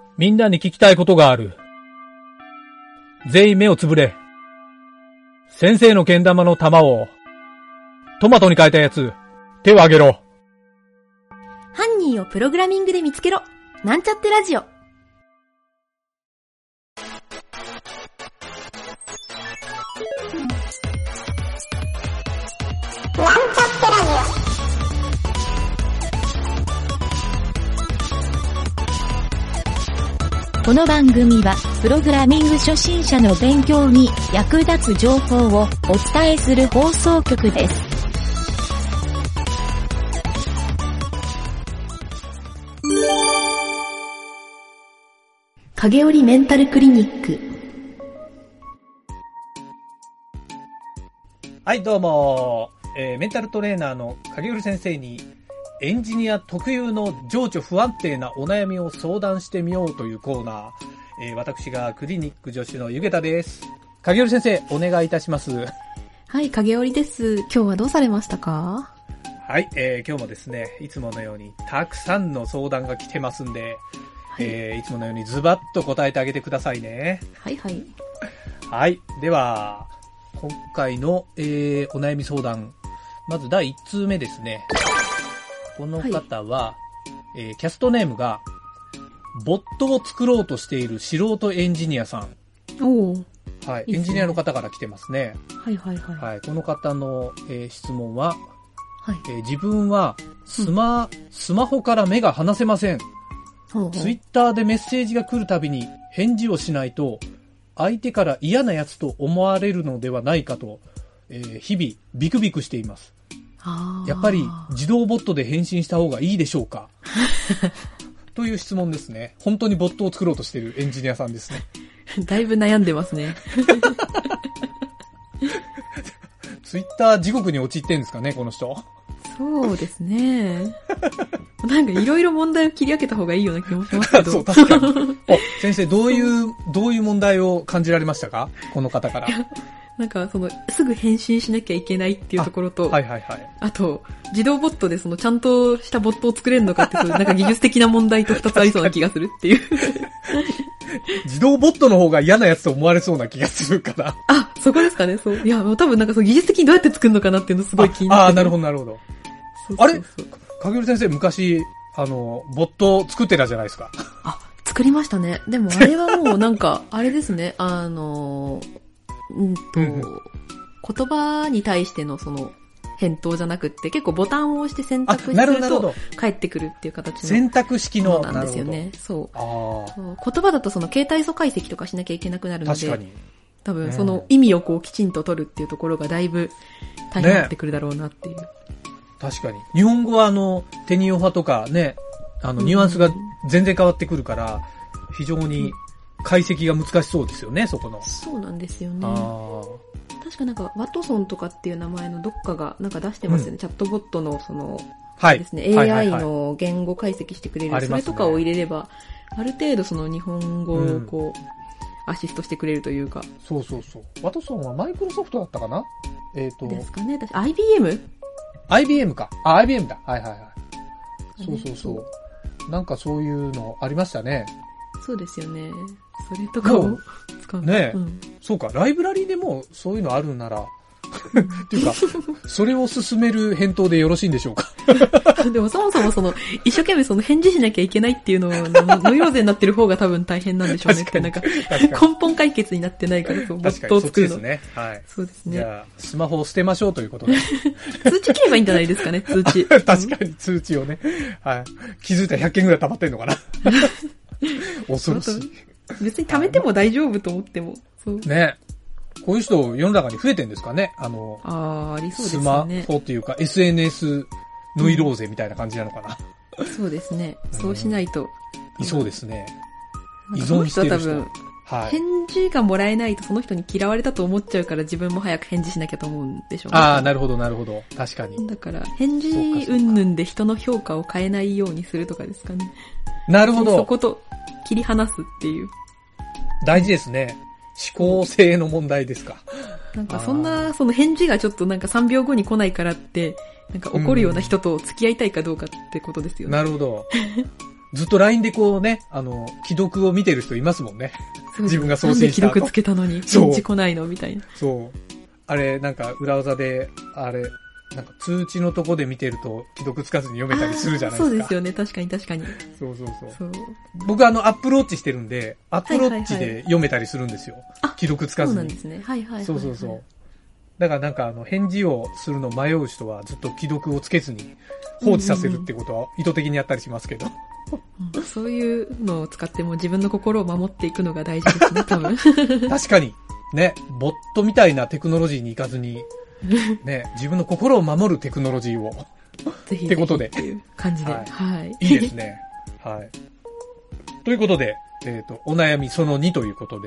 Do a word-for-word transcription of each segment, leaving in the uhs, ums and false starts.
みんなに聞きたいことがある。全員目をつぶれ。先生のけん玉の玉をトマトに変えたやつ、手を挙げろ。 犯人をプログラミングで見つけろ。なんちゃってラジオ。 この番組はプログラミング初心者の勉強に役立つ情報をお伝えする放送局です。 影織メンタルクリニック。 はいどうも、えー、メンタルトレーナーの影織先生にエンジニア特有の情緒不安定なお悩みを相談してみようというコーナー、えー、私がクリニック助手のゆげたです。影織先生お願いいたします。 はい、影織です。今日はどうされましたか？ はい、えー、今日もですねいつものようにたくさんの相談が来てますんで、はいえー、いつものようにズバッと答えてあげてくださいね。 はいはいはい、では今回の、えー、お悩み相談、まずだいいち通目ですね。この方は、はいえー、キャストネームがボットを作ろうとしている素人エンジニアさん。 おー、 はい、 いいですね。 エンジニアの方から来てますね。 はいはいはい。 はい、この方の、えー、質問は、 はいえー、自分はスマ、うん、スマホから目が離せません。 ほうほう。 ツイッターでメッセージが来るたびに返事をしないと相手から嫌なやつと思われるのではないかと、えー、日々ビクビクしています。やっぱり自動ボットで返信した方がいいでしょうかという質問ですね。本当にボットを作ろうとしているエンジニアさんですね。 だいぶ悩んでますね。 ツイッター地獄に陥ってんですかね、この人。 そうですね。なんかいろいろ問題を切り分けた方がいいような気もしますけど。 そう、確かに。お、先生、どういう、どういう問題を感じられましたか？この方から。 なんかその、すぐ返信しなきゃいけないっていうところと、 あ、はいはいはい。 あと、自動ボットでその、ちゃんとしたボットを作れるのかって、そういうなんか技術的な問題と二つありそうな気がするっていう。 自動ボットの方が嫌なやつと思われそうな気がするから。 あ、そこですかね、そう。いや、もう多分なんかそう技術的にどうやって作るのかなっていうのすごい気になって。 ああ、なるほどなるほど。 そうそうそう。 あれ影織先生昔、あの、ボット作ってたじゃないですか。 あ、作りましたね。でもあれはもうなんか、あれですね、あの、うんと、うん言葉に対してのその返答じゃなくって結構ボタンを押して選択すると返ってくるっていう形の選択式のなんですよね。そう。 あそう言葉だとその携帯素解析とかしなきゃいけなくなるので、 確かに多分その意味をこうきちんと取るっていうところがだいぶ大変になってくるだろうなっていう。ね、 確かに。日本語はあのテニオ派とかね、あのニュアンスが全然変わってくるから、非常に解析が難しそうですよね、そこの。 そうなんですよね。 あ確かなんかワトソンとかっていう名前のどっかがなんか出してますよね、うん、チャットボットのその、 はいですね、エーアイ の言語解析してくれる、それとかを入れればある程度その日本語をこう、うん、アシストしてくれるというか。 そうそうそう。ワトソンはマイクロソフトだったかな、えっとですかね。私 アイビーエム？ アイビーエム か。あ、アイビーエム だ。はいはいはい。そうそうそう。なんかそういうのありましたね。 そうですよね。それとかを使う。 ねえ、 うん、そうか、ライブラリでもそういうのあるなら、っていうか、それを進める返答でよろしいんでしょうか。 でもそもそもその、一生懸命その返事しなきゃいけないっていうのを、無用税になってる方が多分大変なんでしょうね。ってなんか、根本解決になってないから、そう、ボットを作るの。 そうですね。はい。 そうですね。 じゃあ、スマホを捨てましょうということで。 通知切ればいいんじゃないですかね、通知。 確かに通知をね。はい。気づいたらひゃっけんぐらい溜まってんのかな。恐ろしい。 別に貯めても大丈夫と思っても。そうね。こういう人世の中に増えてんですかね。あの、 ああ、ありそうですね。 スマホっていうか エスエヌエス ノイローゼみたいな感じなのかな。 うん、そうですね。そうしないと。 いそうですね。 依存してる人。多分、 はい、 返事がもらえないとその人に嫌われたと思っちゃうから自分も早く返事しなきゃと思うんでしょうね。 ああ、なるほどなるほど。確かに。 だから返事云々で人の評価を変えないようにするとかですかね。 なるほど。 そこと切り離すっていう。 大事ですね。思考性の問題ですか。 なんかそんな、その返事がちょっとなんかさんびょうごに来ないからって、なんか怒るような人と付き合いたいかどうかってことですよね。 なるほど。 ずっと ライン でこうね、あの、既読を見てる人いますもんね。自分が送信した後。 なんで既読つけたのに、返事来ないのみたいな。 そう。あれ、なんか裏技で、あれ、なんか通知のとこで見てると既読つかずに読めたりするじゃないですか。 そうですよね。確かに確かに。 そうそうそう。 そう僕あの、アップルウォッチしてるんで、アップルウォッチで読めたりするんですよ。はいはいはい、既読つかずに。 そうなんですね。はいはいはい、はい。 そうそうそう。だからなんかあの、返事をするの迷う人はずっと既読をつけずに放置させるってことは意図的にやったりしますけど。 うん、そういうのを使っても自分の心を守っていくのが大事ですね、多分。 確かに。ね、ボットみたいなテクノロジーに行かずに、ね、自分の心を守るテクノロジーを。 ぜひ。 ってことで。 っていう感じで。はい。はい、 いいですね。はい。ということで、えっと、お悩みそのにということで。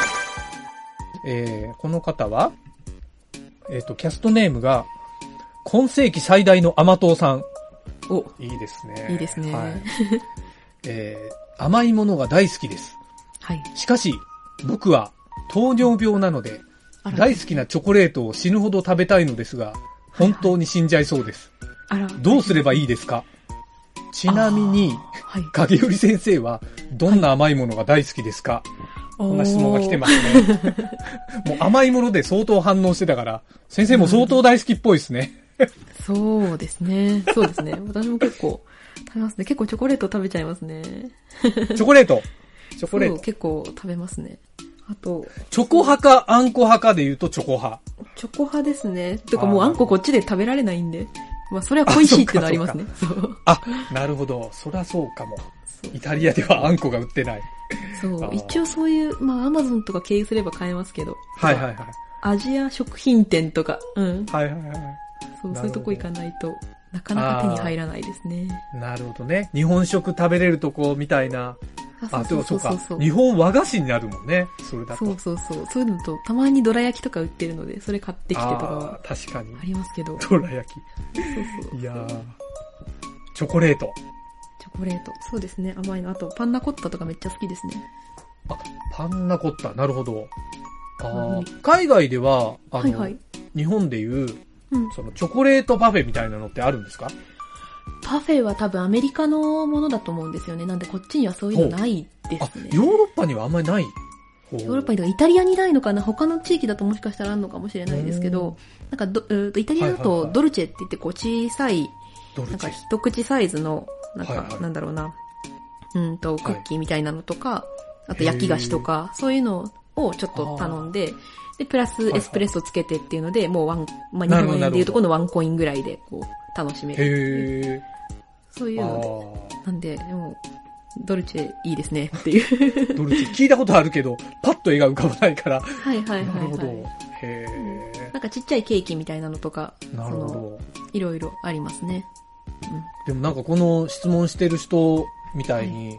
えー、この方は、えっと、キャストネームが、今世紀最大の甘党さん。 お、 いいですね。 いいですね。はい、 えー、甘いものが大好きです。 はい。 しかし、僕は糖尿病なので、大好きなチョコレートを死ぬほど食べたいのですが、本当に死んじゃいそうです。 はいはい、 どうすればいいですか？ちなみに、はい、影寄先生はどんな甘いものが大好きですか？はい、こんな質問が来てますね。もう甘いもので相当反応してたから、先生も相当大好きっぽいですね。 そうですね。そうですね。私も結構食べますね。結構チョコレート食べちゃいますね。 チョコレートチョコレート結構食べますね。あと、 チョコ派かあんこ派かで言うとチョコ派。 チョコ派ですね。てかもうあんここっちで食べられないんで。まあそれは恋しいってのありますね。そうそうあ、なるほど。そりゃそうかも。イタリアではあんこが売ってない。 そう。一応そういう、まあアマゾンとか経由すれば買えますけど。 はいはいはい。 アジア食品店とか。うん。 はいはいはい。 そう、そういうとこ行かないとなかなか手に入らないですね。 なるほどね。日本食食べれるとこみたいな。 あ、そうそうそうそう。 日本和菓子になるもんね。それだと。 そうそうそう。そういうのと、たまにどら焼きとか売ってるので、それ買ってきてとかは。 確かに。 ありますけど。 どら焼き。 そうそう。 いやー。チョコレート。 チョコレート。そうですね。甘いの。あと、パンナコッタとかめっちゃ好きですね。 あ、パンナコッタ。なるほど。あ海外では、あの、はいはい、日本でいう、うん、そのチョコレートパフェみたいなのってあるんですか？ パフェは多分アメリカのものだと思うんですよね。なんでこっちにはそういうのないですね。 あ、ヨーロッパにはあんまりない？ ヨーロッパにとかイタリアにないのかな？他の地域だともしかしたらあるのかもしれないですけど、なんかど、うイタリアだとドルチェって言ってこう小さい、なんか一口サイズの、なんか、はいはい、なんだろうな、うんと、クッキーみたいなのとか、はい、あと焼き菓子とか、そういうのをちょっと頼んで、で、プラスエスプレッソつけてっていうので、はいはい、もうワン、まあ、日本円でいうとこのワンコインぐらいで、こう、楽しめる。 へー。 そういうので。なんで、でも、ドルチェいいですねっていう。 ドルチェ聞いたことあるけど、パッと絵が浮かばないから。 はいはいはい、はい。なるほど。 へー。 なんかちっちゃいケーキみたいなのとか、 なるほど。 いろいろありますね。 うん、でもなんかこの質問してる人みたいに、はい、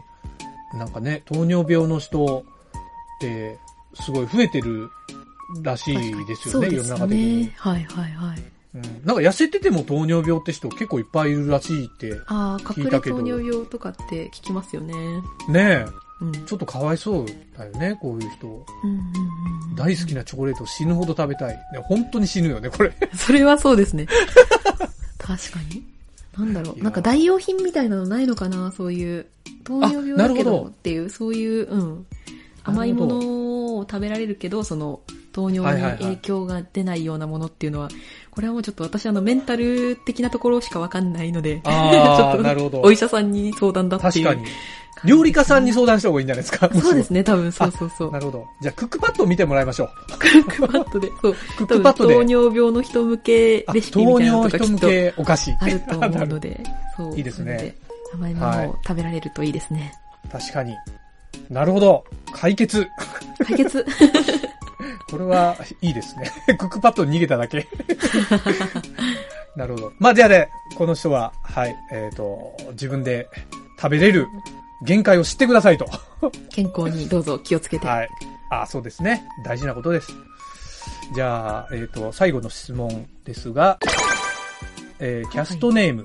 なんかね、糖尿病の人ってすごい増えてるらしいですよね、世の中的に。 はいはいはい。 うん、なんか痩せてても糖尿病って人結構いっぱいいるらしいって聞いたけど。ああ、隠れ糖尿病とかって聞きますよね。 ねえ、うん。ちょっとかわいそうだよね、こういう人。うんうんうん、大好きなチョコレートを死ぬほど食べたい。ね、本当に死ぬよね、これ。 それはそうですね。確かに。なんだろう。なんか代用品みたいなのないのかな、そういう。糖尿病だけどっていう、そういう、うん。甘いものを食べられるけど、その、糖尿に影響が出ないようなものっていうのは、はいはいはい、これはもうちょっと私あのメンタル的なところしかわかんないので、 あちょっとなるほどお医者さんに相談だっていう。 確かに。料理家さんに相談した方がいいんじゃないですか。 そうですね、多分そうそうそう。 なるほど。じゃあクックパッドを見てもらいましょう。 クックパッドで、そう。クックパッドで。糖尿病の人向けレシピみたいなのとかきっと糖尿人向けお菓子あると思うので、 そう。いいですね。 甘いものを食べられるといいですね。 はい、確かに。なるほど。解決。 解決。 これはいいですね。クックパッドに逃げただけ。なるほど。まあ、じゃあね、この人は、はい、えっと、自分で食べれる限界を知ってくださいと。 健康にどうぞ気をつけて。 はい。あ、そうですね。大事なことです。じゃあ、えっと、最後の質問ですが、えー、キャストネーム、はい、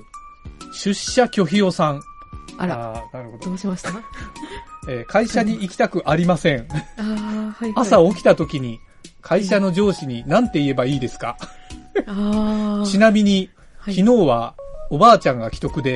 出社拒否おさん。 あら、あなるほど。どうしましたえー、会社に行きたくありません。 あはいはい、 朝起きた時に会社の上司に何て言えばいいですか？あちなみに、はい、昨日はおばあちゃんが既得で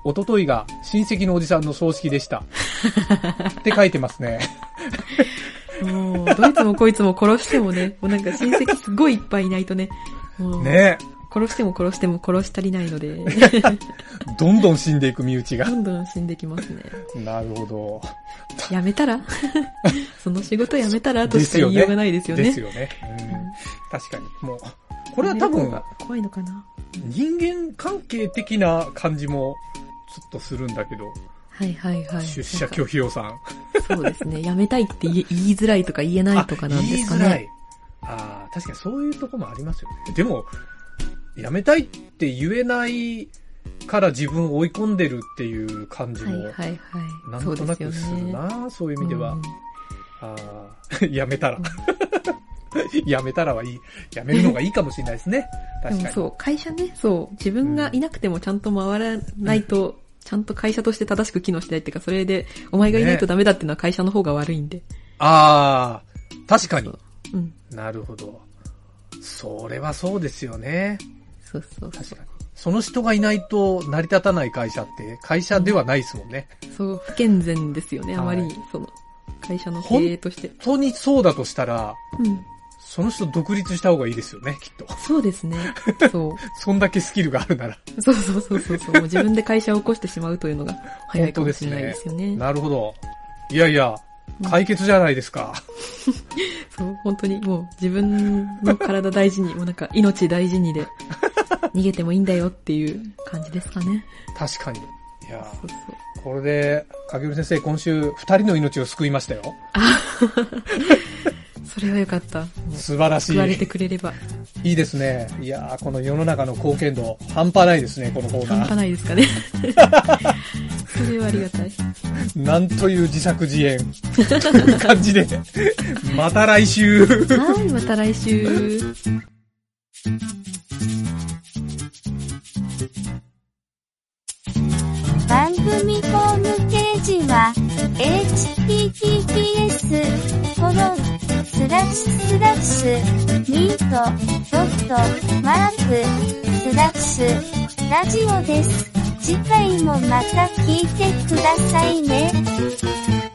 おとといが親戚のおじさんの葬式でした。って書いてますね。 もう、どいつもこいつも殺してもね、もうなんか親戚すごいいっぱいいないとね。もうね殺しても殺しても殺し足りないので。 どんどん死んでいく身内が。 どんどん死んできますね。 なるほど。 やめたらその仕事やめたらとしか言いようがないですよね。 ですよね。ですよね。うん、確かに。もう、これは多分、 怖いのかな。 人間関係的な感じもちょっとするんだけど。 はいはいはい。 出社拒否予算。 そうですね。やめたいって言いづらいとか言えないとかなんですかね。 言いづらい。ああ、確かにそういうとこもありますよね。でも、やめたいって言えないから自分を追い込んでるっていう感じも、 はいはいはい。 なんとなくするな、そう,、ね、そういう意味では。うん、ああ、やめたら。やめたらはいい。やめるのがいいかもしれないですね。確かに。 そう、会社ね、そう、自分がいなくてもちゃんと回らないと、うん、ちゃんと会社として正しく機能しないっていうか、それで、お前がいないとダメだっていうのは会社の方が悪いんで。ね、 ああ、確かに。 うん。 なるほど。それはそうですよね。 そうそうそう。 確かに。その人がいないと成り立たない会社って会社ではないですもんね。 うん、そう、不健全ですよね、あまり、はい、その、会社の経営として。 本当にそうだとしたら、 うん。 その人独立した方がいいですよね、きっと。 そうですね。そう。 そんだけスキルがあるなら。 そうそうそうそうそう。もう自分で会社を起こしてしまうというのが早いかもしれないですよね。 ね、なるほど。いやいや、解決じゃないですか。 そう、本当にもう自分の体大事に、もうなんか命大事にで、逃げてもいいんだよっていう感じですかね。 確かに。いやそうそうこれで、影浦先生今週二人の命を救いましたよ。 あそれはよかった。 素晴らしい。 救われてくれれば。 いいですね。いやー、この世の中の貢献度、半端ないですね、このコーナー。 半端ないですかね。それはありがたい。 なんという自作自演。という感じで。また来週。 はい、また来週。 番組ホームページは エイチティーティーピーエス コロンスラッシュスラッシュミートドットマークスラッシュラジオです。次回もまた聞いてくださいね。